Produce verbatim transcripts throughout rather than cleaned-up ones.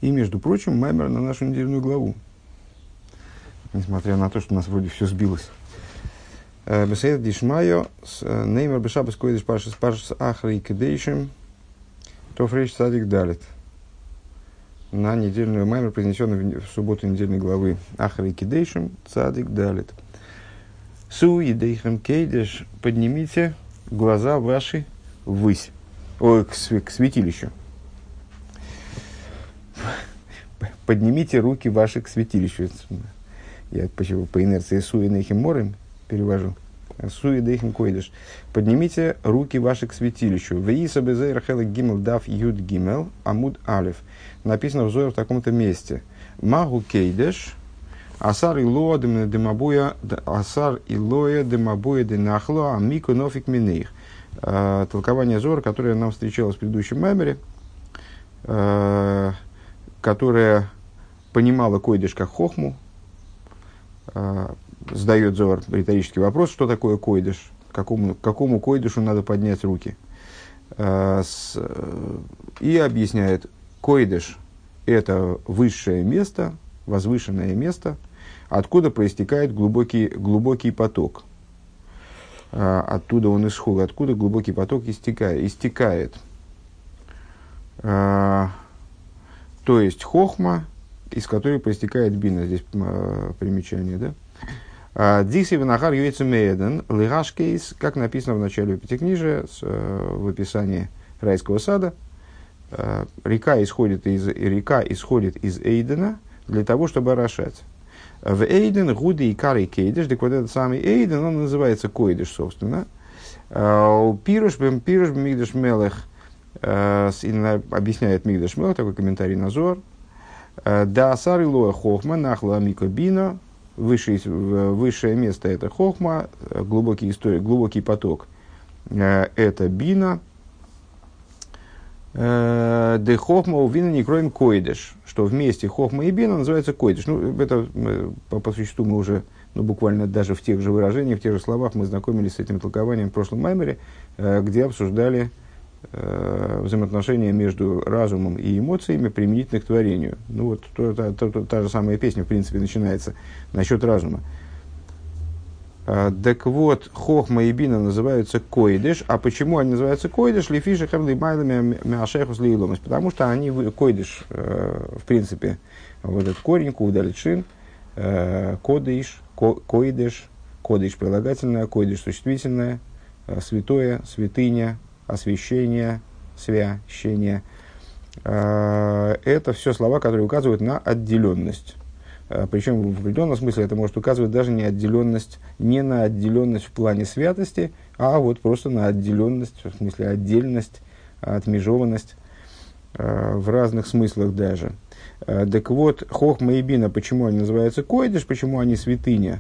И, между прочим, маймер на нашу недельную главу. Несмотря на то, что у нас вроде все сбилось. Бесед дишмайо неймер бешабас койдеш пашас пашас ахри кедейшим то фрейш садик далит. На недельную маймер, произнесенную в субботу недельной главы ахри кедейшим садик далит. Су едейхем кейдеш, поднимите глаза ваши ввысь, ой, к, к святилищу. Поднимите руки ваши к святилищу. Я почему по инерции су едейхем морем перевожу. Су едейхем койдеш. Поднимите руки ваши к святилищу. Веиса безейр хелек гимел дав юд гимел амуд алев. Написано в Зоре в таком-то месте. Магу кейдеш. Асар илоя демабуя, асар илоя демабуя денахло, амику нофик минеих. Толкование Зора, которое нам встречалось в предыдущем маймере, которое понимало койдеш как хохму, задает Зор риторический вопрос, что такое койдеш, к какому, к какому койдешу надо поднять руки. И объясняет, койдеш – это высшее место, возвышенное место, откуда проистекает глубокий, глубокий поток. Оттуда он исходит, откуда глубокий поток истекает. истекает. То есть хохма, из которой проистекает бина. Здесь примечание, да? Дикси винахар юэцу меэден лигашкейс, как написано в начале Пятикнижия, в описании райского сада, река исходит из, река исходит из Эйдена для того, чтобы орошать. В Эйден гуди и кари кейдеш, так вот этот самый Эйден, он называется койдеш, собственно. Пируш бем пируш бем мигдеш мелех, объясняет мигдеш мелех, такой комментарий на Зор. Да асар илоя хохма нахла амико бино, высшее, высшее место это хохма, глубокий, история, глубокий поток это бина. Де хохма у вина не кроем койдеш, что вместе хохма и бина называется койдеш. Ну, это по, по существу мы уже, ну, буквально даже в тех же выражениях, в тех же словах мы знакомились с этим толкованием в прошлом маймере, где обсуждали э, взаимоотношения между разумом и эмоциями применительно к творению. Ну, вот то, та, та, та, та же самая песня, в принципе, начинается насчет разума. Так вот, хохма и бина называются койдеш. А почему они называются койдеш? Лифиши херли майлами мяшехус лейломис. Потому что они койдеш, в принципе, вот этот корень, кудалит-шин, кодеш, койдеш, кодеш прилагательное, койдеш существительное, святое, святыня, освящение, священие. Это все слова, которые указывают на отделенность. Причем в определенном смысле это может указывать даже не отделенность, не на отделенность в плане святости, а вот просто на отделенность, в смысле отдельность, отмежеванность в разных смыслах даже. Так вот, хохма и бина, почему они называются койдеш, почему они святыня,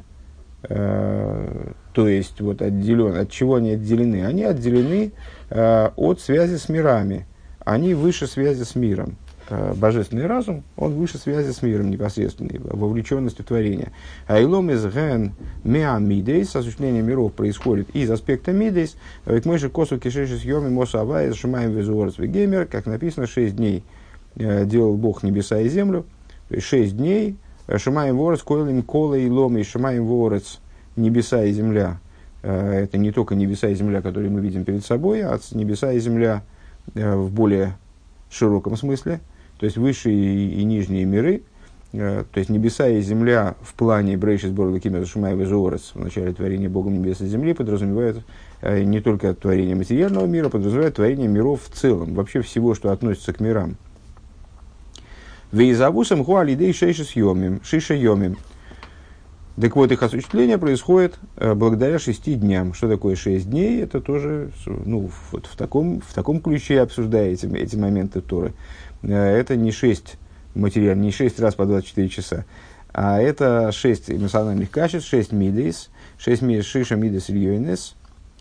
то есть вот отделен, от чего они отделены? Они отделены от связи с мирами, они выше связи с миром. Божественный разум, он выше связи с миром непосредственной, вовлеченности в творение. Айлом из ген меа мидейс, осуществление миров происходит из аспекта мидейс, ведь мы же косу кишеши съеми моса авайс шимаем визуорс вегемер, как написано, шесть дней э, делал Бог небеса и землю, то есть шесть дней, шимаем ворец, койлим кола и лом, и шимаем ворец, небеса и земля. Э, это не только небеса и земля, которые мы видим перед собой, а небеса и земля э, в более широком смысле. То есть высшие и нижние миры, э, то есть небеса и земля в плане Брейшис Борла Кимер Шумай Везуорес в начале творения Богом небес и земли подразумевает э, не только творение материального мира, подразумевает творение миров в целом, вообще всего, что относится к мирам. Вейзавусам хуалидей шейшис йомим, шиша йомим. Так вот, их осуществление происходит э, благодаря шести дням. Что такое шесть дней? Это тоже, ну, вот в таком, в таком ключе обсуждаете эти, эти моменты Торы. Это не шесть материальных, не шесть раз по двадцать четыре часа, а это шесть эмоциональных качеств, шесть мидейс, шесть мидейс, шиша мидейс ильёйнес,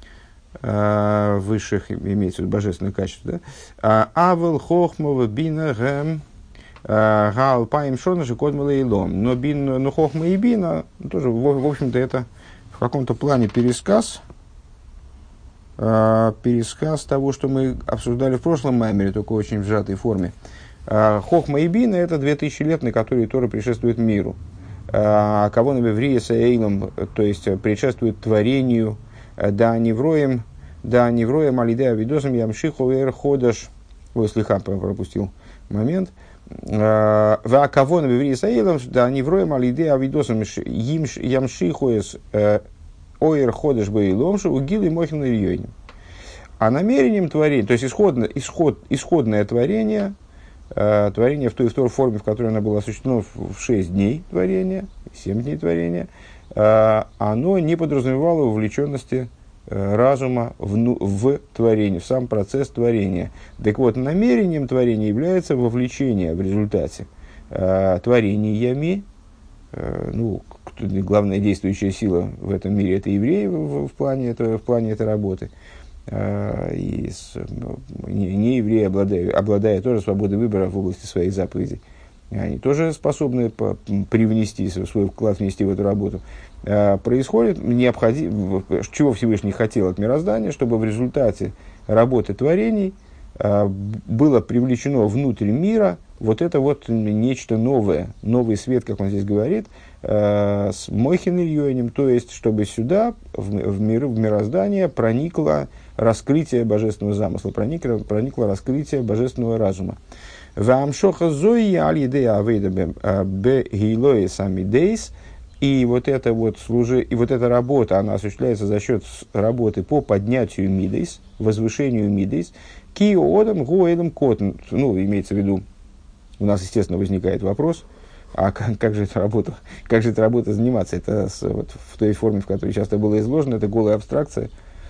высших, имеется в виду божественных качеств, да? Авел, хохмова, бина, гэм, гал, паим, шона, жикодмала и лом. Но бин, но хохма и бина, тоже, в, в общем-то, это в каком-то плане пересказ, пересказ того, что мы обсуждали в прошлом маймере, только очень в сжатой форме. Хохма и Бина – это две тысячи лет, на которые Тора предшествует миру. А кого на Бевриеса Эйлом, то есть предшествует творению, да невроем, да невроем алидея видосом ямшиху эр ходаш. Ой, слегка пропустил момент. А кого на Бевриеса Эйлом, да невроем алидея видосом ямшиху эр ходаш бейломшу угил и мохин ильёйним. А намерением творения, то есть исходно, исход, исходное творение, э, творение в той, в той форме, в которой оно было осуществлено в шесть дней творения, семь дней творения, э, оно не подразумевало вовлеченности э, разума в, ну, в творение, в сам процесс творения. Так вот, намерением творения является вовлечение в результате э, творениями, э, ну, главная действующая сила в этом мире – это евреи в, в, плане, этого, в плане этой работы. И с, не, не евреи, обладая, обладая тоже свободой выбора в области своих заповедей, они тоже способны по, привнести свой вклад, внести в эту работу. Происходит необходимо, чего Всевышний хотел от мироздания, чтобы в результате работы творений было привлечено внутрь мира вот это вот нечто новое, новый свет, как он здесь говорит, с Мохин Ильёним, то есть, чтобы сюда, в, в, мир, в мироздание, проникло раскрытие божественного замысла, проникло, проникло раскрытие божественного разума. И вот эта вот служи, и вот эта работа, она осуществляется за счет работы по поднятию мидейс, возвышению мидейс, киодам гуэдам котн. Ну, имеется в виду, у нас, естественно, возникает вопрос, а как, как же эта работа, как же эта работа заниматься? Это с, вот, в той форме, в которой часто было изложено, это голая абстракция.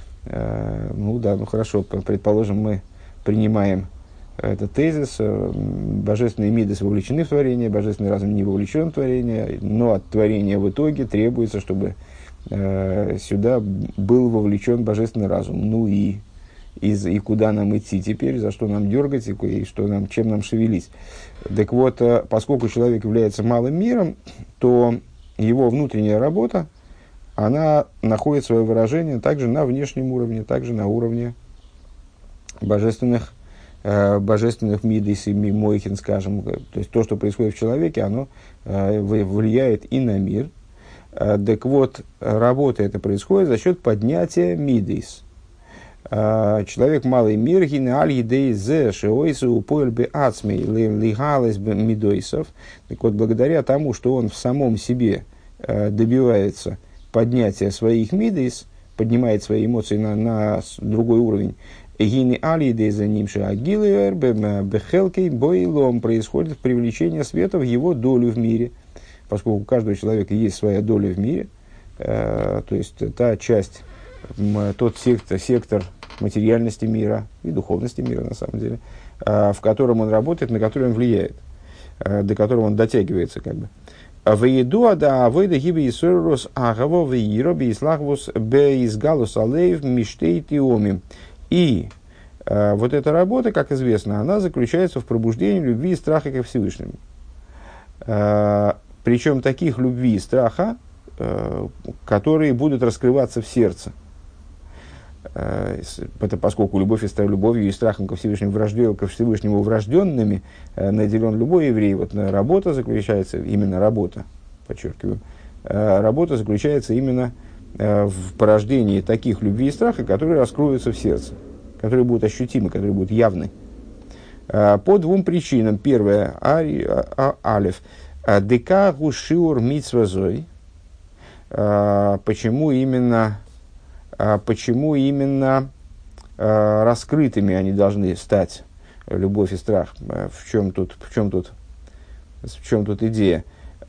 Э, ну да, ну хорошо, предположим, мы принимаем этот тезис, божественные мидес вовлечены в творение, божественный разум не вовлечен в творение, но от творения в итоге требуется, чтобы э, сюда был вовлечен божественный разум. Ну и, и, и куда нам идти теперь, за что нам дергать, и, и что нам, чем нам шевелить. Так вот, поскольку человек является малым миром, то его внутренняя работа, она находит свое выражение также на внешнем уровне, также на уровне божественных божественных мидейс и мойхин, скажем, то есть то, что происходит в человеке, оно э, влияет и на мир. Э, так вот, работа эта происходит за счет поднятия мидейс. Э, человек малый мир, гине аль едей зе шеойсу упоэль бе ацмей лигалес бе мидойсов. Так вот, благодаря тому, что он в самом себе э, добивается поднятия своих мидейс, поднимает свои эмоции на, на другой уровень, Гини алиды за ним шагилер бехелкей бойлом, происходит привлечение света в его долю в мире, поскольку у каждого человека есть своя доля в мире, э, то есть та часть, тот сектор, сектор материальности мира и духовности мира на самом деле, э, в котором он работает, на который он влияет, э, до которого он дотягивается как бы. Вееду да авойда гиби исурус агаво веироби ислагвус беизгалус алеев миштейти омим. И э, вот эта работа, как известно, она заключается в пробуждении любви и страха ко Всевышнему. Э, причем таких любви и страха, э, которые будут раскрываться в сердце. Э, это поскольку любовь и страх, любовью и страхом ко Всевышнему, вражден, ко Всевышнему врожденными э, наделен любой еврей. Вот работа заключается, именно работа, подчеркиваю, э, работа заключается именно в порождении таких любви и страха, которые раскроются в сердце, которые будут ощутимы, которые будут явны. По двум причинам. Первое, алеф, дека гушиур мицвазой. Почему именно, почему именно раскрытыми они должны стать, любовь и страх? В чем тут, в чем тут, в чем тут идея?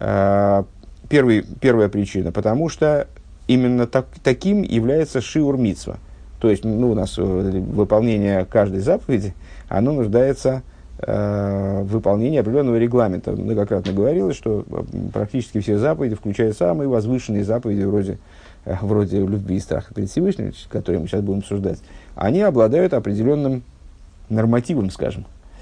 Первый, первая причина, потому что именно так, таким является шиур мицва. То есть, ну, у нас выполнение каждой заповеди, оно нуждается э, в выполнении определенного регламента. Многократно говорилось, что практически все заповеди, включая самые возвышенные заповеди, вроде, э, вроде любви и страха перед Всевышним, которые мы сейчас будем обсуждать, они обладают определенным нормативом, скажем.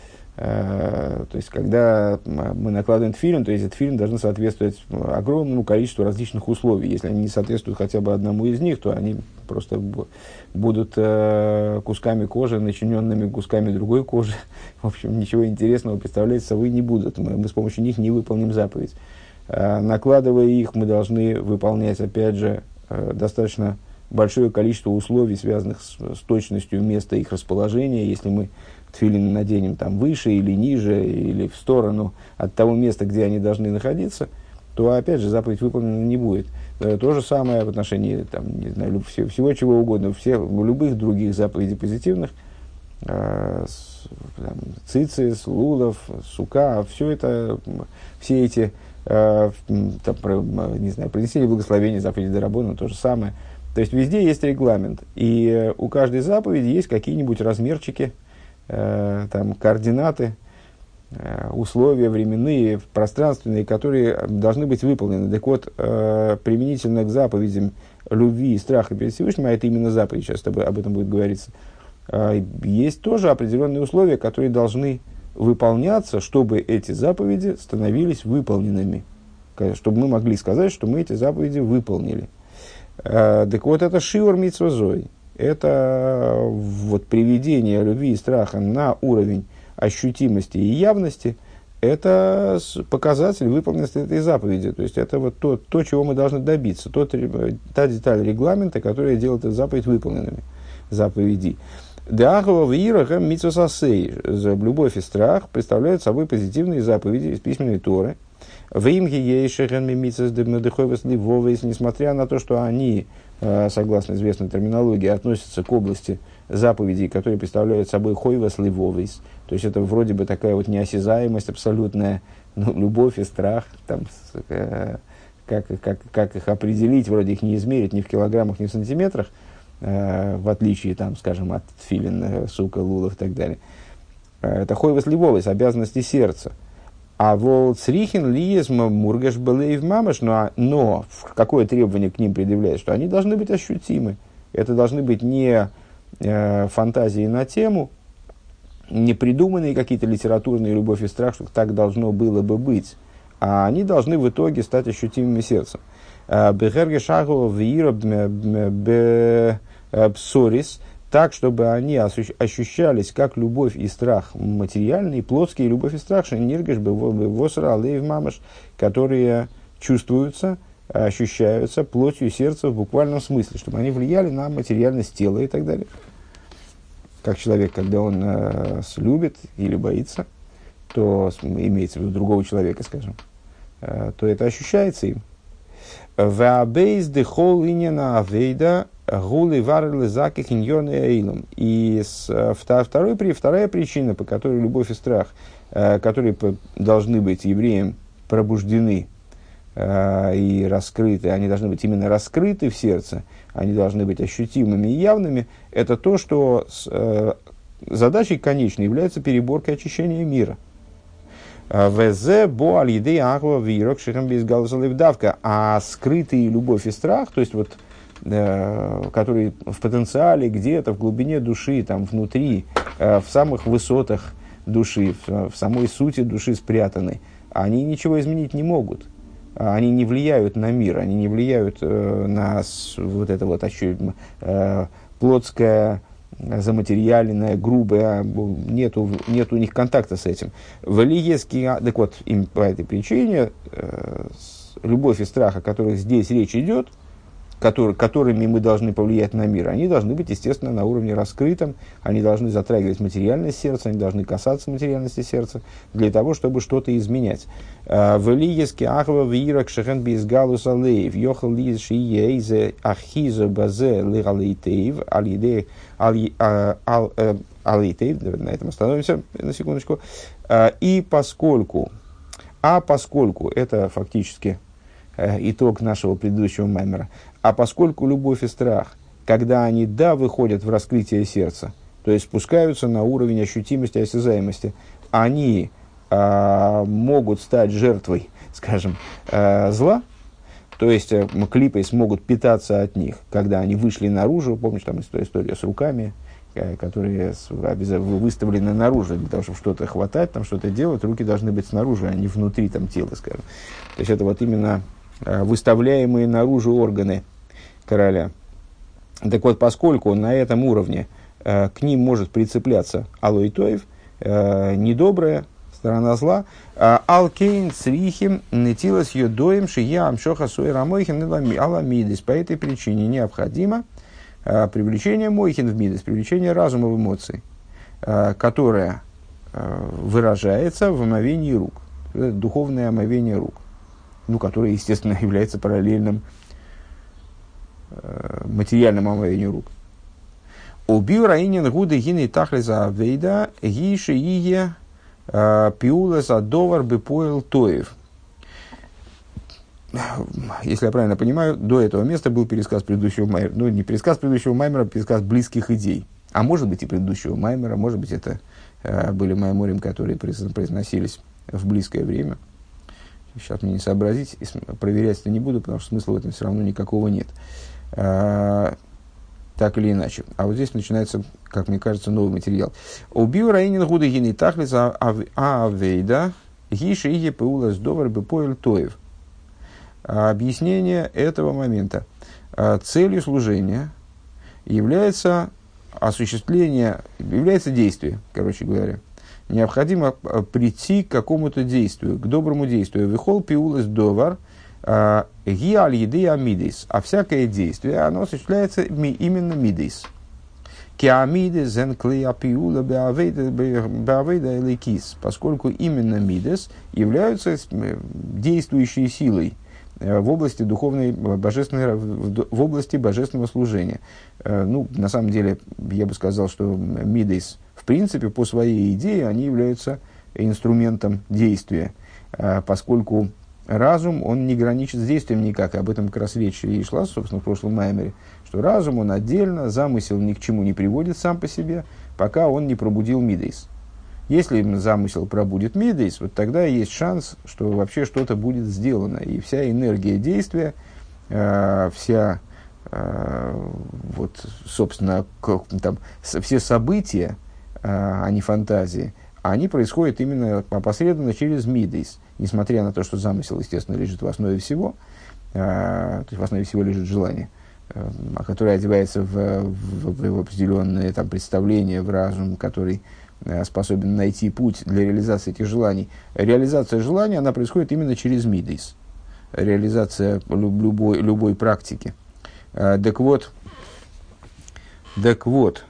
То есть, когда мы накладываем тфилин, то есть этот тфилин должны соответствовать огромному количеству различных условий. Если они не соответствуют хотя бы одному из них, то они просто будут кусками кожи, начиненными кусками другой кожи. В общем, ничего интересного представлять собой не будут. Мы, мы с помощью них не выполним заповедь. Накладывая их, мы должны выполнять, опять же, достаточно большое количество условий, связанных с, с точностью места их расположения. Если мы тфилин наденем там выше или ниже, или в сторону от того места, где они должны находиться, то, опять же, заповедь выполнена не будет. То же самое в отношении там, не знаю, всего, всего чего угодно, всех, любых других заповедей позитивных, э, с, там, цицис, лулов, сука, все это, все эти, э, там, про, не знаю, принесение благословения, заповеди дарабона, то же самое. То есть, везде есть регламент, и у каждой заповеди есть какие-нибудь размерчики, э, там, координаты, э, условия временные, пространственные, которые должны быть выполнены. Так вот, э, применительно к заповедям любви и страха перед Всевышним, а это именно заповедь, сейчас об этом будет говориться, э, есть тоже определенные условия, которые должны выполняться, чтобы эти заповеди становились выполненными, чтобы мы могли сказать, что мы эти заповеди выполнили. Uh, так вот, это шиур мицва зой. Это вот, приведение любви и страха на уровень ощутимости и явности. Это показатель выполненности этой заповеди. То есть, это вот то, то чего мы должны добиться. Тот, та деталь регламента, которая делает эту заповедь выполненными. Заповеди. Деахова в Ирахам мицва сасей. Любовь и страх представляют собой позитивные заповеди из письменной Торы. Несмотря на то, что они, согласно известной терминологии, относятся к области заповедей, которые представляют собой хойвас ливовейс, то есть это вроде бы такая вот неосязаемость абсолютная, ну, любовь и страх, там, э, как, как, как их определить, вроде их не измерить ни в килограммах, ни в сантиметрах, э, в отличие, там, скажем, от филин, сука, лулов и так далее. Это хойвас ливовейс, обязанности сердца. А вот срихин лиезма мургаш белейв мамаш, но, но какое требование к ним предъявляет, что они должны быть ощутимы. Это должны быть не э, фантазии на тему, не придуманные какие-то литературные любовь и страх, что так должно было бы быть, а они должны в итоге стать ощутимыми сердцем. Бехерге шагу вира псорис, так, чтобы они ощущались как любовь и страх материальный, плотские любовь и страх, шениргеш восра алеев мамаш, которые чувствуются, ощущаются плотью сердца в буквальном смысле, чтобы они влияли на материальность тела и так далее. Как человек, когда он э, любит или боится, то имеется в виду другого человека, скажем, э, то это ощущается им. Ваабейс дехол иньяна авейда гули варлы заких иньоны эйлом. И с, второй, вторая причина, по которой любовь и страх, э, которые по, должны быть евреям пробуждены э, и раскрыты, они должны быть именно раскрыты в сердце, они должны быть ощутимыми и явными, это то, что с, э, задачей конечной является переборка и очищение мира. А скрытые любовь и страх, то есть вот, э, которые в потенциале где-то в глубине души, там внутри, э, в самых высотах души, в, в самой сути души спрятаны, они ничего изменить не могут. Они не влияют на мир, они не влияют э, на с, вот это вот ощу, э, плотское, заматериальное, грубое, нету, нет у них контакта с этим. Так вот, им по этой причине э, любовь и страх, о которых здесь речь идет, который, которыми мы должны повлиять на мир, они должны быть, естественно, на уровне раскрытом, они должны затрагивать материальность сердца, они должны касаться материальности сердца, для того, чтобы что-то изменять. «Велиески ахва вирак шехен бизгалус алеев, йохал лиз шиейзе ахизо базе лигалейтеев, алидеев, алейтеев», на этом остановимся на секундочку. «И поскольку, а поскольку», это фактически итог нашего предыдущего маймера, а поскольку любовь и страх, когда они, да, выходят в раскрытие сердца, то есть спускаются на уровень ощутимости и осязаемости, они а, могут стать жертвой, скажем, а, зла, то есть клипы смогут питаться от них, когда они вышли наружу, помнишь там история с руками, которые выставлены наружу. Для того, чтобы что-то хватать, там, что-то делать, руки должны быть снаружи, а не внутри там, тела, скажем. То есть это вот именно выставляемые наружу органы короля. Так вот, поскольку на этом уровне э, к ним может прицепляться алой тоев, э, недобрая сторона зла, алкейн црихим нетилас йодоем шия амшоха суэ рамойхин аламидис. По этой причине необходимо э, привлечение мойхин в мидис, привлечение разума в эмоции, э, которое э, выражается в омовении рук, духовное омовение рук, ну, которое, естественно, является параллельным материальному омовению рук. Убил раинин гуды гины тахлиза авейда гиши ие пиула за довар бы поел тоев. Если я правильно понимаю, до этого места был пересказ предыдущего маймера. Ну, не пересказ предыдущего маймера, а пересказ близких идей. А может быть и предыдущего маймера, может быть это э, были майморим, которые произносились в близкое время. Сейчас мне не сообразить, проверять это не буду, потому что смысла в этом все равно никакого нет. А, так или иначе. А вот здесь начинается, как мне кажется, новый материал. Убил раинин гуды гины тахлиса авейда гиши ие пеулас довар бы поэл тоев. Объяснение этого момента. Целью служения является осуществление, является действие, короче говоря. Необходимо прийти к какому-то действию, к доброму действию. Вихол пиулас довар гиаль еды амидис. А всякое действие, оно осуществляется именно мидис. Киамидис зен клея пиула беавейда эликис. Поскольку именно мидис являются действующей силой в области духовной, божественной, в области божественного служения. Ну, на самом деле, я бы сказал, что мидис, в принципе, по своей идее, они являются инструментом действия, поскольку разум, он не граничит с действием никак. Об этом как раз речь и шла, собственно, в прошлом маймере, что разум, он отдельно, замысел ни к чему не приводит сам по себе, пока он не пробудил мидейс. Если замысел пробудит мидейс, вот тогда есть шанс, что вообще что-то будет сделано. И вся энергия действия, э, вся, э, вот, собственно, к, там, с, все события, э, а не фантазии, они происходят именно опосредованно через мидейс. Несмотря на то, что замысел, естественно, лежит в основе всего, э, то есть в основе всего лежит желание, э, которое одевается в, в, в определенное там, представление, в разум, который способен найти путь для реализации этих желаний. Реализация желания, она происходит именно через мидейс. Реализация любой, любой практики. А, так вот, так вот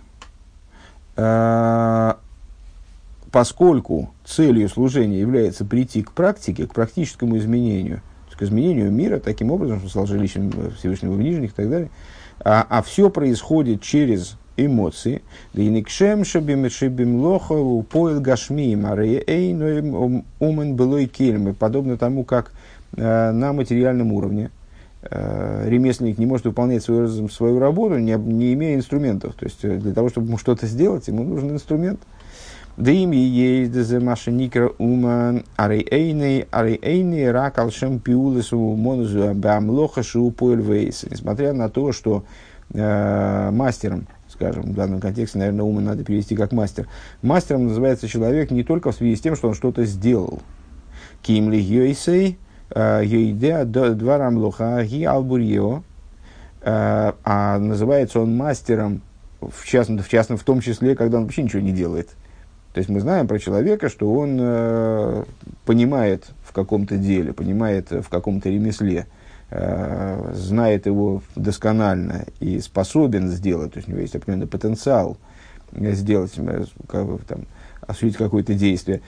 а, поскольку целью служения является прийти к практике, к практическому изменению, к изменению мира, таким образом, что стал жилищем Всевышнего в нижних и так далее, а, а все происходит через эмоции. Подобно тому, как э, на материальном уровне э, ремесленник не может выполнять свою, свою работу, не, не имея инструментов. То есть для того, чтобы ему что-то сделать, ему нужен инструмент. Несмотря на то, что э, мастером, скажем, в данном контексте, наверное, ума надо перевести как мастер. Мастером называется человек не только в связи с тем, что он что-то сделал. Кимли йойсей йойдеа дварам лоха ги албурьео. А называется он мастером, в частном, в частном, в том числе, когда он вообще ничего не делает. То есть мы знаем про человека, что он э, понимает в каком-то деле, понимает в каком-то ремесле, знает его досконально и способен сделать, то есть у него есть определенный потенциал сделать, как бы, там, осуществить какое-то действие.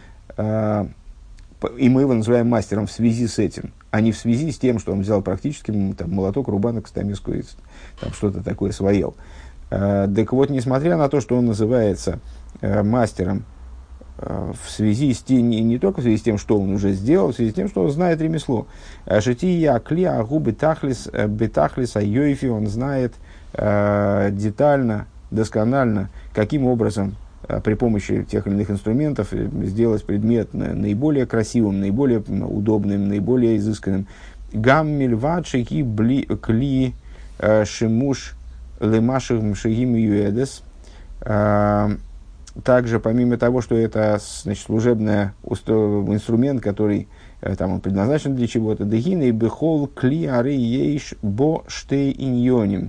И мы его называем мастером в связи с этим, а не в связи с тем, что он взял практически там, молоток, рубанок, стамеску и там, что-то такое своел. Так вот, несмотря на то, что он называется мастером в связи с тем, не, не только в связи с тем, что он уже сделал, в связи с тем, что он знает ремесло. Шития кли агу бетахлис бетахлис айойфи, он знает э, детально, досконально, каким образом э, при помощи тех или иных инструментов сделать предмет наиболее красивым, наиболее удобным, наиболее изысканным. Гаммиль вадшики бли кли шимуш лемаших мшигим юэдес. Также, помимо того, что это, значит, служебный инструмент, который там, он предназначен для чего-то, дегины бехол кли ары ейш бо штей иньоним.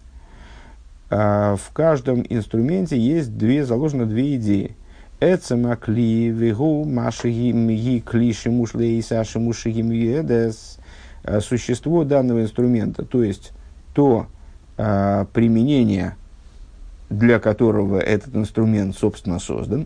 В каждом инструменте есть две, заложено две идеи. Эцема кли вегу машигим ги кли шимуш лейса шимушигим едес. Существо данного инструмента, то есть то а, применение, для которого этот инструмент, собственно, создан.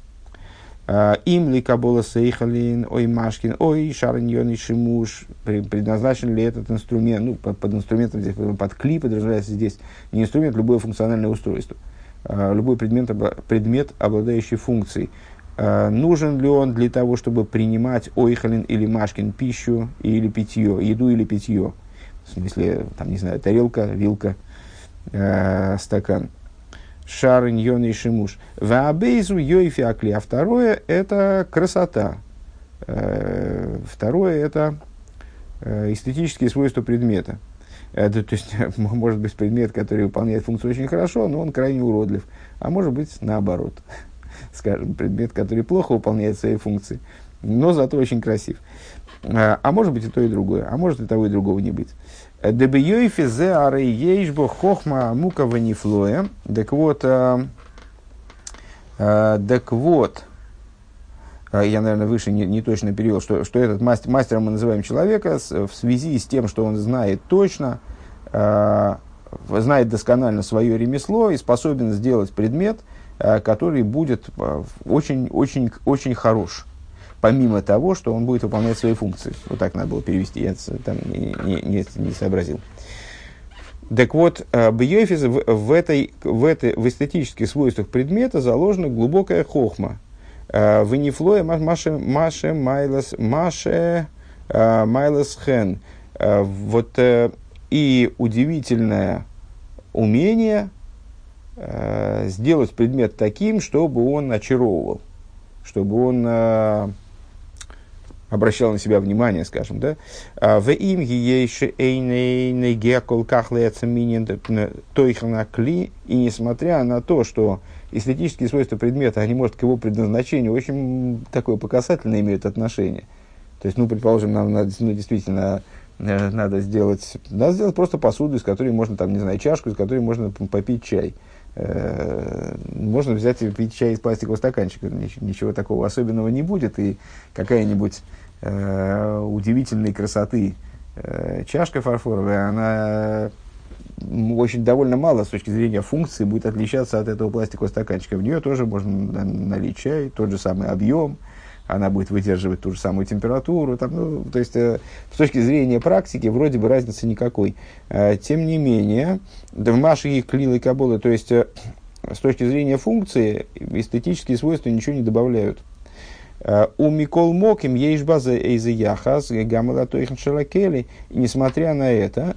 Им ли кабола сейхалин, ой машкин, ой шариньон и шимуш. Предназначен ли этот инструмент, ну, под, под инструментом, здесь, под кли подразумевается здесь не инструмент, любое функциональное устройство. Любой предмет, предмет, обладающий функцией. Нужен ли он для того, чтобы принимать ойхалин или машкин пищу или питье, еду или питье. В смысле, там, не знаю, тарелка, вилка, э, стакан. Шар, иньон и шимуш. Ваабейзу йойфи акли. А второе – это красота. Э, второе – это э, эстетические свойства предмета. Э, то, то есть, может быть, предмет, который выполняет функцию очень хорошо, но он крайне уродлив. А может быть, наоборот. Скажем, предмет, который плохо выполняет свои функции, но зато очень красив. А, а может быть и то, и другое. А может и того, и другого не быть. Дебиёйфи зе ары ейшбо хохма мука ванифлоя. Так вот, а, а, так вот, а, я, наверное, выше не, не точно перевел, что, что этот мастер, мастером мы называем человека с, в связи с тем, что он знает точно, а, знает досконально свое ремесло и способен сделать предмет, который будет очень, очень, очень хорош, помимо того, что он будет выполнять свои функции. Вот так надо было перевести, я там не, не, не, не сообразил. Так вот, бьёйфиз в, в, этой, в, этой, в эстетических свойствах предмета заложена глубокая хохма. В нефлое маше маше майлас маше майлас хен. Вот и удивительное умение сделать предмет таким, чтобы он очаровывал, чтобы он э, обращал на себя внимание, скажем, да. В им гиейши эйней гекол кахлеяцаминин тойханакли, и несмотря на то, что эстетические свойства предмета, они, может, к его предназначению очень такое показательное имеют отношение. То есть, ну, предположим, нам надо, ну, действительно э, надо сделать, надо сделать просто посуду, из которой можно, там, не знаю, чашку, из которой можно попить чай. Можно взять и пить чай из пластикового стаканчика, ничего, ничего такого особенного не будет, и какая-нибудь э, удивительной красоты э, чашка фарфоровая, она очень довольно мало с точки зрения функции будет отличаться от этого пластикового стаканчика. В нее тоже можно налить чай, тот же самый объем, она будет выдерживать ту же самую температуру. Там, ну, то есть, э, с точки зрения практики, вроде бы разницы никакой. Э, тем не менее, в Маши и Клил и Кабола, то есть, э, с точки зрения функции, эстетические свойства ничего не добавляют. У Микол Моким есть база эйзе яхас, гамала тойхан шалакели, и несмотря на это,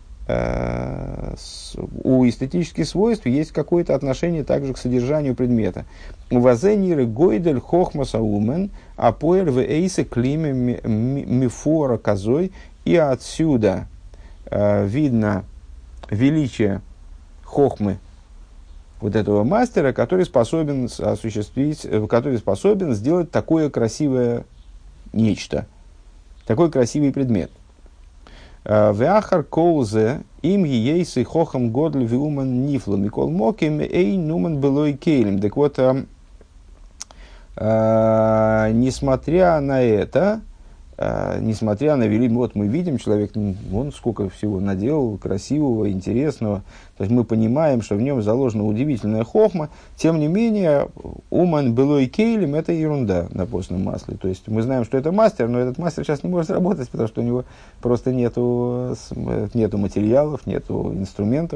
у эстетических свойств есть какое-то отношение также к содержанию предмета. У вазениры гойдель хохмаса умен, а поэр в эйсе климе мифора козой, и отсюда э, видно величие хохмы вот этого мастера, который способен осуществить, который способен сделать такое красивое нечто, такой красивый предмет. Веахар коузе им ейсы хохам годль виуман нифло микол моким эй нумен былой кейлем. Так вот, э, э, несмотря на это, э, несмотря на великий, вот мы видим, человек, он сколько всего наделал красивого, интересного, то есть мы понимаем, что в нем заложена удивительная хохма, тем не менее, уман былой кейлем — это ерунда на постном масле. То есть мы знаем, что это мастер, но этот мастер сейчас не может работать, потому что у него просто нету, нету материалов, нету инструментов.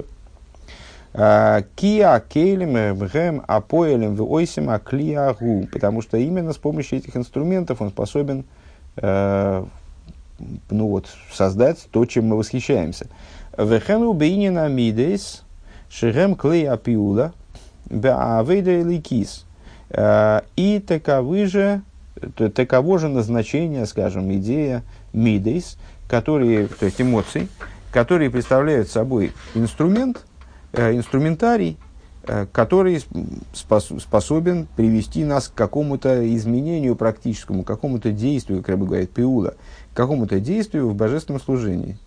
Киа кейлем бхэм апоэлем войсем аклиагу, потому что именно с помощью этих инструментов он способен э, ну вот, создать то, чем мы восхищаемся. Вэхэну бейнина мидейс шэгэм клей апиула бэавэйда эликис. И таковы же, таково же назначение, скажем, идея мидейс, которые, то есть эмоций, которые представляют собой инструмент, инструментарий который способен привести нас к какому-то изменению практическому, к какому-то действию, как Ребе говорит, пиула, к какому-то действию в божественном служении.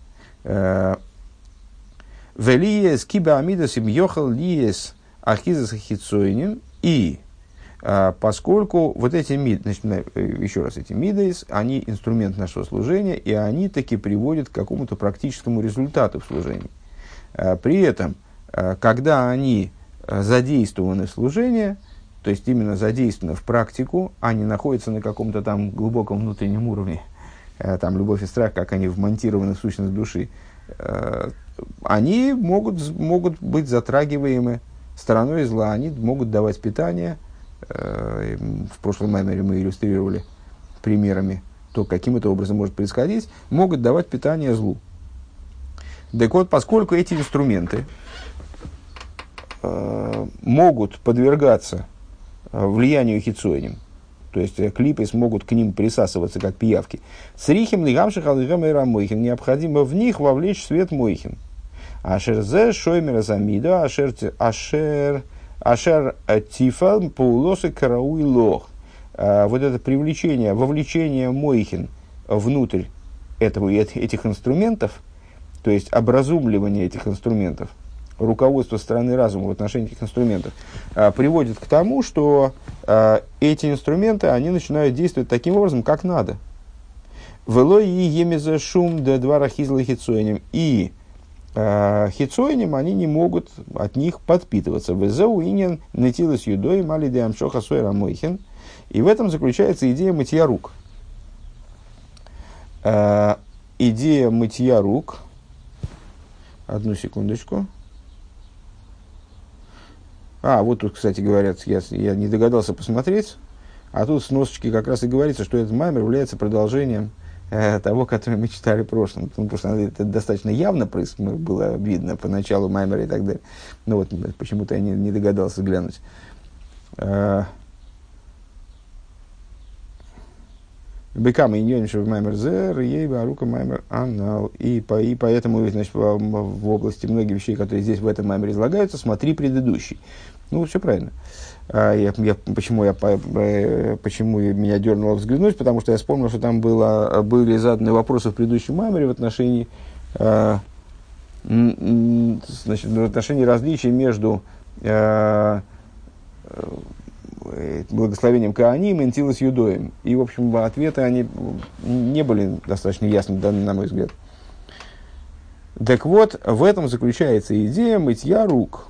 Велиес киба амидас им йохал лиес ахизас хитсойнин. И поскольку вот эти миды, еще раз, эти мидейс, они инструмент нашего служения, и они таки приводят к какому-то практическому результату в служении. При этом, когда они задействованы в служение, то есть именно задействованы в практику, а не находятся на каком-то там глубоком внутреннем уровне, там любовь и страх, как они вмонтированы в сущность души, они могут, могут быть затрагиваемы стороной зла, они могут давать питание. В прошлом маймере мы иллюстрировали примерами то, каким это образом может происходить, могут давать питание злу. Так вот, поскольку эти инструменты э, могут подвергаться влиянию хитсойним, то есть клипы смогут к ним присасываться, как пиявки, срихим лигамших алыгам и рамойхин, необходимо в них вовлечь свет мойхин. Ашер зе шоймера замида, ашер ашер ашер тифал паулосы карауи лох. Вот это привлечение, вовлечение мойхин внутрь этого, этих инструментов, то есть образумливание этих инструментов, руководство стороны разума в отношении этих инструментов, приводит к тому, что эти инструменты, они начинают действовать таким образом, как надо. Велой и емеза шум де двара хизла хитсойним. И хитсойним, они не могут от них подпитываться. Везеу инен нетилас юдой мали де амшоха сойра мойхин. И в этом заключается идея мытья рук. Идея мытья рук. Одну секундочку. А, вот тут, кстати, говорят, я, я не догадался посмотреть, а тут с носочки как раз и говорится, что этот маймер является продолжением э, того, который мы читали в прошлом. Потому что это достаточно явно было видно по началу маймера и так далее. Но вот почему-то я не, не догадался глянуть. Бекам и Ньонишев маймер зер, ейба рука маймер анал. И, по, и поэтому, значит, в, в области многих вещей, которые здесь в этом маймере излагаются, смотри предыдущий. Ну, все правильно. А, я, я, почему, я, почему меня дернуло взглянуть? Потому что я вспомнил, что там было, были заданы вопросы в предыдущем маймере в отношении, а, значит, в отношении различий между а, благословением Кааним и Нтилас Юдоем. И, в общем, ответы они не были достаточно ясны даны, на мой взгляд. Так вот, в этом заключается идея мытья рук.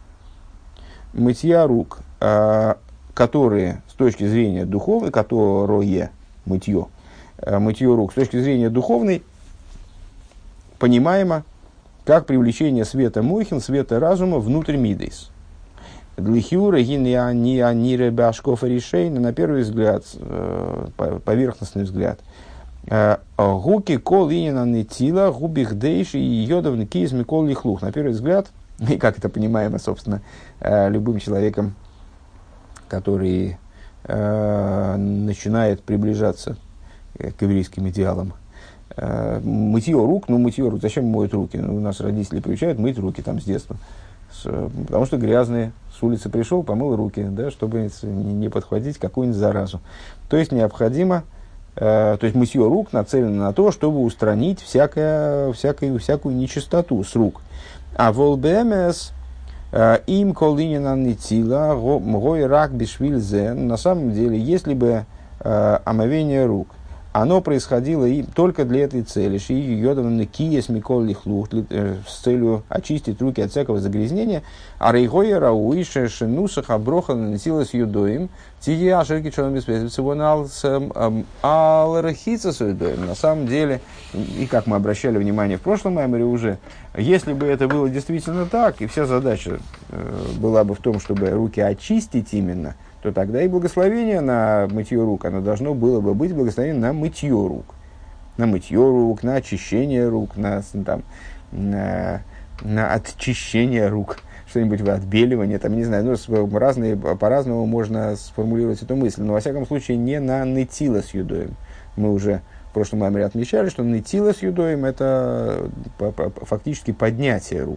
Мытья рук, э, которые с точки зрения духовной, которое мытье, э, мытье рук с точки зрения духовной, понимаемо как привлечение света мойхин, света разума внутрь мидейс. Длихюра гиньяни анире башкофа решейна, на первый взгляд, поверхностный взгляд. Гуки кол инина нетила, губих дейши и йодовны киз микол лихлух. На первый взгляд, и как это понимаемо, собственно, любым человеком, который начинает приближаться к еврейским идеалам. Мытье рук, ну мытье рук, зачем моют руки? У нас родители приучают мыть руки там с детства. Потому что грязные, с улицы пришел, помыл руки, да, чтобы не подхватить какую-нибудь заразу. То есть необходимо, э, то есть мытье рук нацелено на то, чтобы устранить всякое, всякое, всякую нечистоту с рук. А волбемес им колинина нитила мгой рак бишвильзе. На самом деле, если бы э, омовение рук, оно происходило и только для этой цели, ши йодовны киес микол лихлух, с целью очистить руки от всякого загрязнения, а рейгоя рауише шенусах оброха наносилась юдоим, тие ашерки чон беспредствовал с алрахица с юдоим. На самом деле, и как мы обращали внимание в прошлом маймере уже, если бы это было действительно так, и вся задача э, была бы в том, чтобы руки очистить именно, то тогда и благословение на мытье рук, оно должно было бы быть благословение на мытье рук. На мытье рук, на очищение рук, на, там, на, на отчищение рук, что-нибудь в отбеливание, там, не знаю, ну, разные, по-разному можно сформулировать эту мысль, но, во всяком случае, не на нетила с юдоем. Мы уже в прошлом маймере отмечали, что нетила с юдоем – это фактически поднятие рук.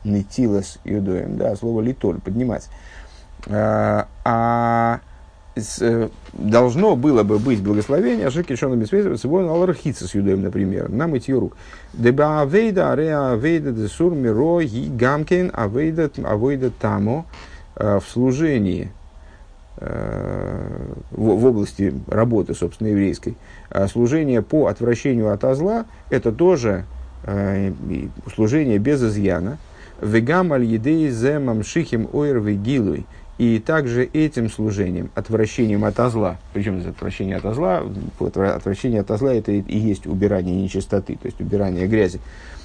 нетилас юдоем, да, слово литоль, поднимать. А, а с, должно было бы быть благословение, ашики шона бесвеза, сегодня алархица с юдоем, например, на мытье рук. Деба авейда, ареа авейда, десур, миро, и гамкен, авейда, авейда тамо, в служении, в, в области работы, собственно, еврейской, служение по отвращению от зла, это тоже служение без изъяна. Вегам аль едей земам шихим ойр вегилуй. И также этим служением, отвращением от зла, причем это отвращение от зла, отвращение от зла это и есть убирание нечистоты, то есть убирание грязи.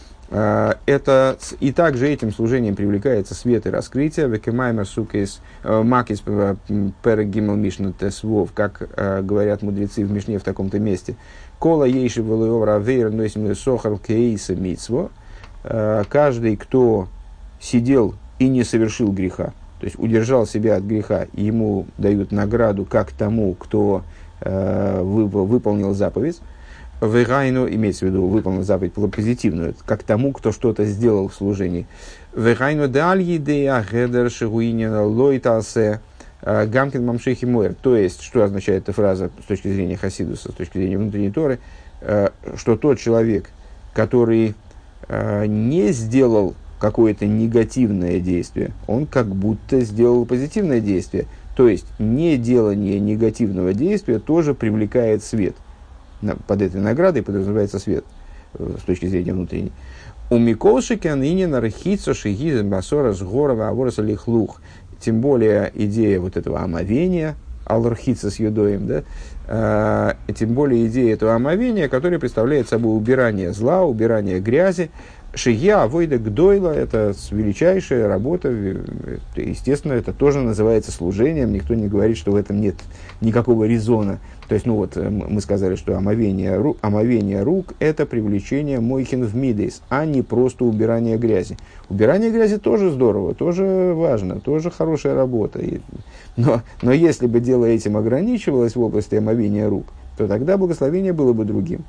Это, и также этим служением привлекается свет и раскрытие. Векемаймер сукейс макис перегимл мишна тесвов, как говорят мудрецы в Мишне в таком-то месте. Кола ейши валуевра авейр носим сохар кейса митсво. Каждый, кто сидел и не совершил греха, то есть удержал себя от греха, ему дают награду как тому, кто э, выполнил заповедь. Вегайну, имеется в виду, выполнил заповедь позитивную, как тому, кто что-то сделал в служении. Вегайну даль едея гедер шигуинина лойтасе гамкин мамшехи мойр. То есть, что означает эта фраза с точки зрения Хасидуса, с точки зрения внутренней Торы, э, что тот человек, который э, не сделал какое-то негативное действие, он как будто сделал позитивное действие. То есть, неделание негативного действия тоже привлекает свет. Под этой наградой подразумевается свет с точки зрения внутренней. У Миколшики анинин архицо шигизм басора сгорова аворса лихлух. Тем более идея вот этого омовения, алархица с юдоем, да, э, тем более идея этого омовения, которая представляет собой убирание зла, убирание грязи. Шия авойда гдойла – это величайшая работа, естественно, это тоже называется служением, никто не говорит, что в этом нет никакого резона. То есть, ну вот, мы сказали, что омовение рук, омовение рук – это привлечение мойхин в мидейс, а не просто убирание грязи. Убирание грязи тоже здорово, тоже важно, тоже хорошая работа. Но, но если бы дело этим ограничивалось в области омовения рук, то тогда благословение было бы другим.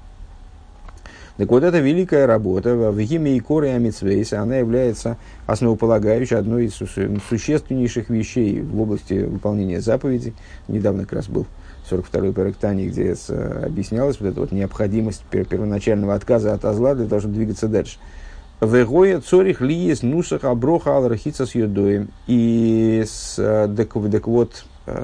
Так вот, эта великая работа в Гиме и Коре Амитсвейса, она является основополагающей, одной из существеннейших вещей в области выполнения заповедей. Недавно как раз был сорок второй перек Тани, где объяснялась вот эта вот необходимость первоначального отказа от зла для того, чтобы двигаться дальше. Вегоя цорих лиес нусах аброха алрахица с юдоем. И так вот,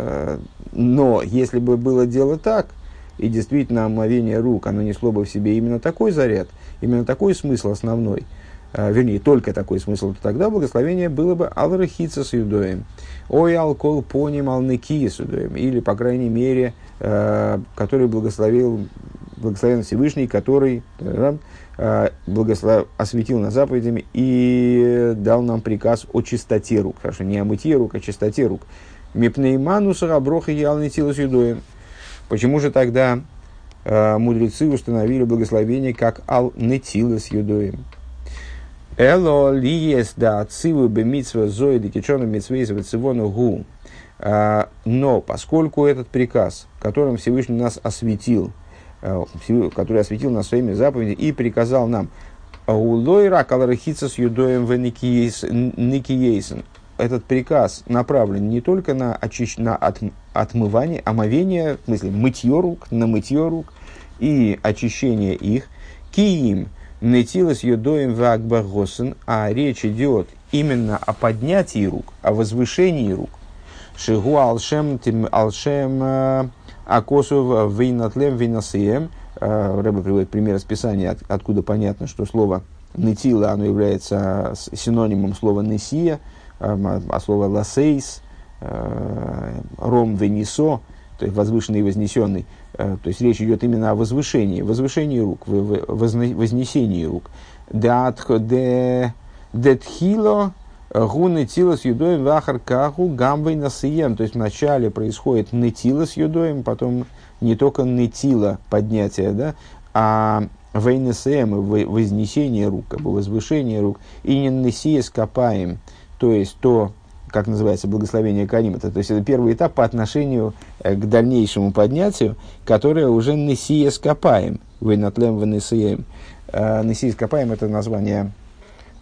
но если бы было дело так, и действительно омовение рук, оно несло бы в себе именно такой заряд, именно такой смысл основной, э, вернее, только такой смысл, то тогда благословение было бы алрахица с юдоем, ой алкол поним алныкия с юдоем, или, по крайней мере, э, который благословил, благословен Всевышний, который э, э, благослов... осветил нас заповедями и дал нам приказ о чистоте рук, хорошо, не о мытье рук, а о чистоте рук. Мипнеймануса аброха ялнитила с юдоем. Почему же тогда э, мудрецы установили благословение как ал-нетила с юдоем? Эло лиес да ациву бе митсва зоиды кичону митсвейза цивону гу. Но поскольку этот приказ, которым Всевышний нас осветил, э, который осветил нас своими заповедями и приказал нам улойра каларахица с юдоем в никиейсен, этот приказ направлен не только на, очищ... на от... отмывание, омовение, в смысле мытье рук, на мытье рук и очищение их, киим нетилас юдоем вагбагосен, а речь идет именно о поднятии рук, о возвышении рук. Шигу алшем тим алшем акосов вейнатлем вейнасием. Рэбе приводит пример из Писания, от... откуда понятно, что слово нетила, оно является синонимом слова несия, а слово ласейс, ром венисо, то есть возвышенный и вознесенный, то есть речь идет именно о возвышении, возвышении рук, вознесении рук. Детхило гуны тила с юдоем вахар каху гамвей насием, то есть вначале происходит нетила с юдоем, потом не только нетила поднятие, да, а вейнесем, вознесение рук, как бы возвышение рук, и не несия скопаем. То есть то, как называется, благословение Канимата. То есть это первый этап по отношению к дальнейшему поднятию, которое уже Несия Скопаем. Вейнатлем венесием. Несия Скопаем — это название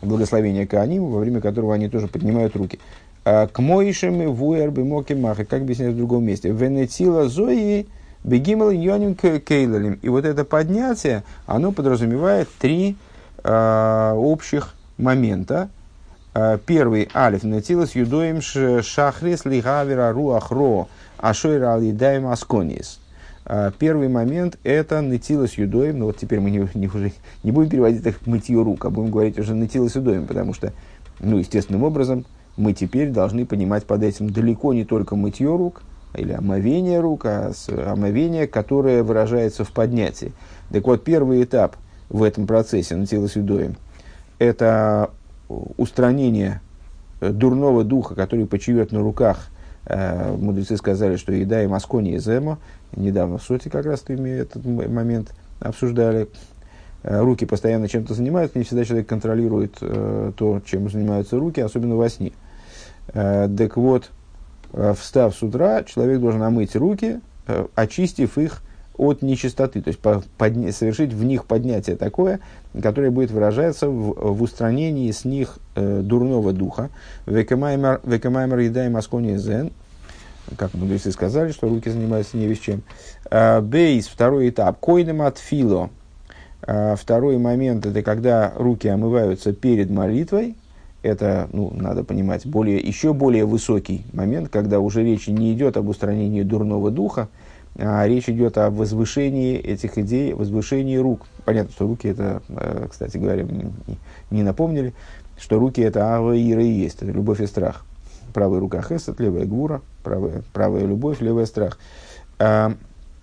благословение Коаним, во время которого они тоже поднимают руки. К Моишем вуэрбе моки маха, как объясняется в другом месте. Венетила зои бегимал йоним кейлалим. И вот это поднятие, оно подразумевает три э, общих момента. Э, первый, алиф, нетилас юдоим шахрис лигавера руахро ашойра алидаем асконис. Первый момент – это нетилас юдоим. Ну вот теперь мы не, не, уже не будем переводить их к мытью рук, а будем говорить уже нетилас юдоим, потому что, ну, естественным образом, мы теперь должны понимать под этим далеко не только мытье рук, или омовение рук, а омовение, которое выражается в поднятии. Так вот, первый этап в этом процессе нетилас юдоим – это устранение дурного духа, который почивет на руках. Мудрецы сказали, что еда и маскони и земо. Недавно в Соте как раз этот момент обсуждали. Руки постоянно чем-то занимаются, не всегда человек контролирует э, то, чем занимаются руки, особенно во сне. Э, так вот, э, встав с утра, человек должен омыть руки, э, очистив их от нечистоты, то есть по, подня- совершить в них поднятие такое, которое будет выражаться в, в устранении с них э, дурного духа. Векамаймер еда и маскони зен. Как мудрецы сказали, что руки занимаются не весь чем. Бейс, второй этап. Койдем от фило. Второй момент, это когда руки омываются перед молитвой. Это, ну, надо понимать, более, еще более высокий момент, когда уже речь не идет об устранении дурного духа, а речь идет о возвышении этих идей, возвышении рук. Понятно, что руки это, кстати говоря, не напомнили, что руки это ава, ира и есть, это любовь и страх. Правая рука хесед, левая гвура, правая, правая любовь, левая страх. А,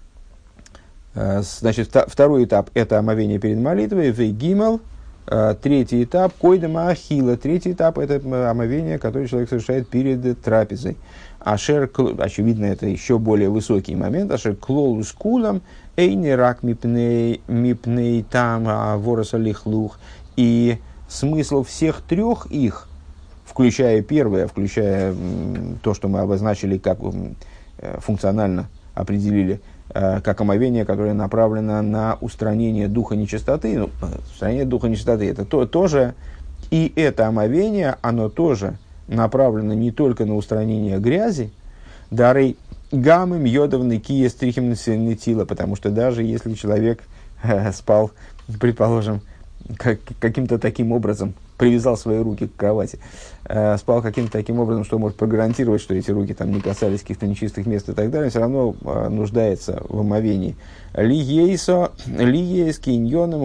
а, значит, второй этап – это омовение перед молитвой, вейгимал. А, третий этап – койдема ахила. Третий этап – это омовение, которое человек совершает перед трапезой. Ашер, очевидно, это еще более высокий момент. Ашер клол с кулом, эйни рак мипней, мипней там вороса лихлух. И смысл всех трех их, включая первое, включая м, то, что мы обозначили, как м, функционально определили, э, как омовение, которое направлено на устранение духа нечистоты. Ну, устранение духа нечистоты, это то, тоже, и это омовение, оно тоже направлено не только на устранение грязи, дары гамым йодовны кия стрихим нетила, потому что даже если человек э, спал, предположим, как, каким-то таким образом, привязал свои руки к кровати, э, спал каким-то таким образом, что может прогарантировать, что эти руки там не касались каких-то нечистых мест и так далее, все равно э, нуждается в омовении. Ли ейсо, ли ейс киньоном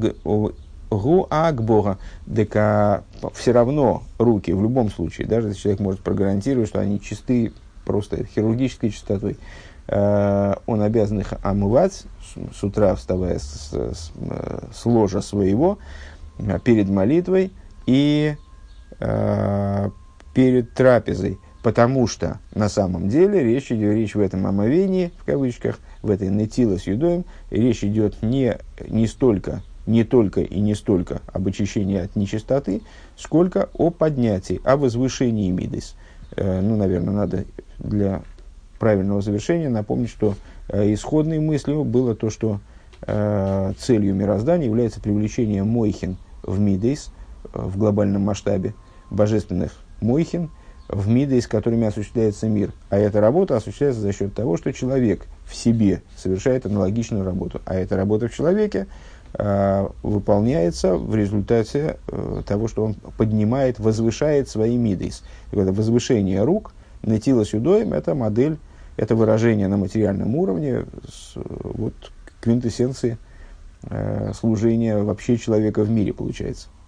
гуаг бога. Так все равно руки, в любом случае, даже если человек может прогарантировать, что они чисты просто хирургической чистотой, э, он обязан их омывать с, с утра, вставая с, с, с ложа своего, э, перед молитвой и э, перед трапезой, потому что на самом деле речь идет, речь в этом омовении, в кавычках, в этой нетилас юдоим, речь идет не, не столько, не только и не столько об очищении от нечистоты, сколько о поднятии, о возвышении мидес. Э, ну, наверное, надо для правильного завершения напомнить, что э, исходной мыслью было то, что э, целью мироздания является привлечение мойхин в мидес, в глобальном масштабе, божественных мойхин в мидес, которыми осуществляется мир. А эта работа осуществляется за счет того, что человек в себе совершает аналогичную работу. А эта работа в человеке э, выполняется в результате э, того, что он поднимает, возвышает свои мидес. И это возвышение рук, нетилас юдоим, это модель, это выражение на материальном уровне с, вот, квинтэссенции э, служения вообще человека в мире, получается.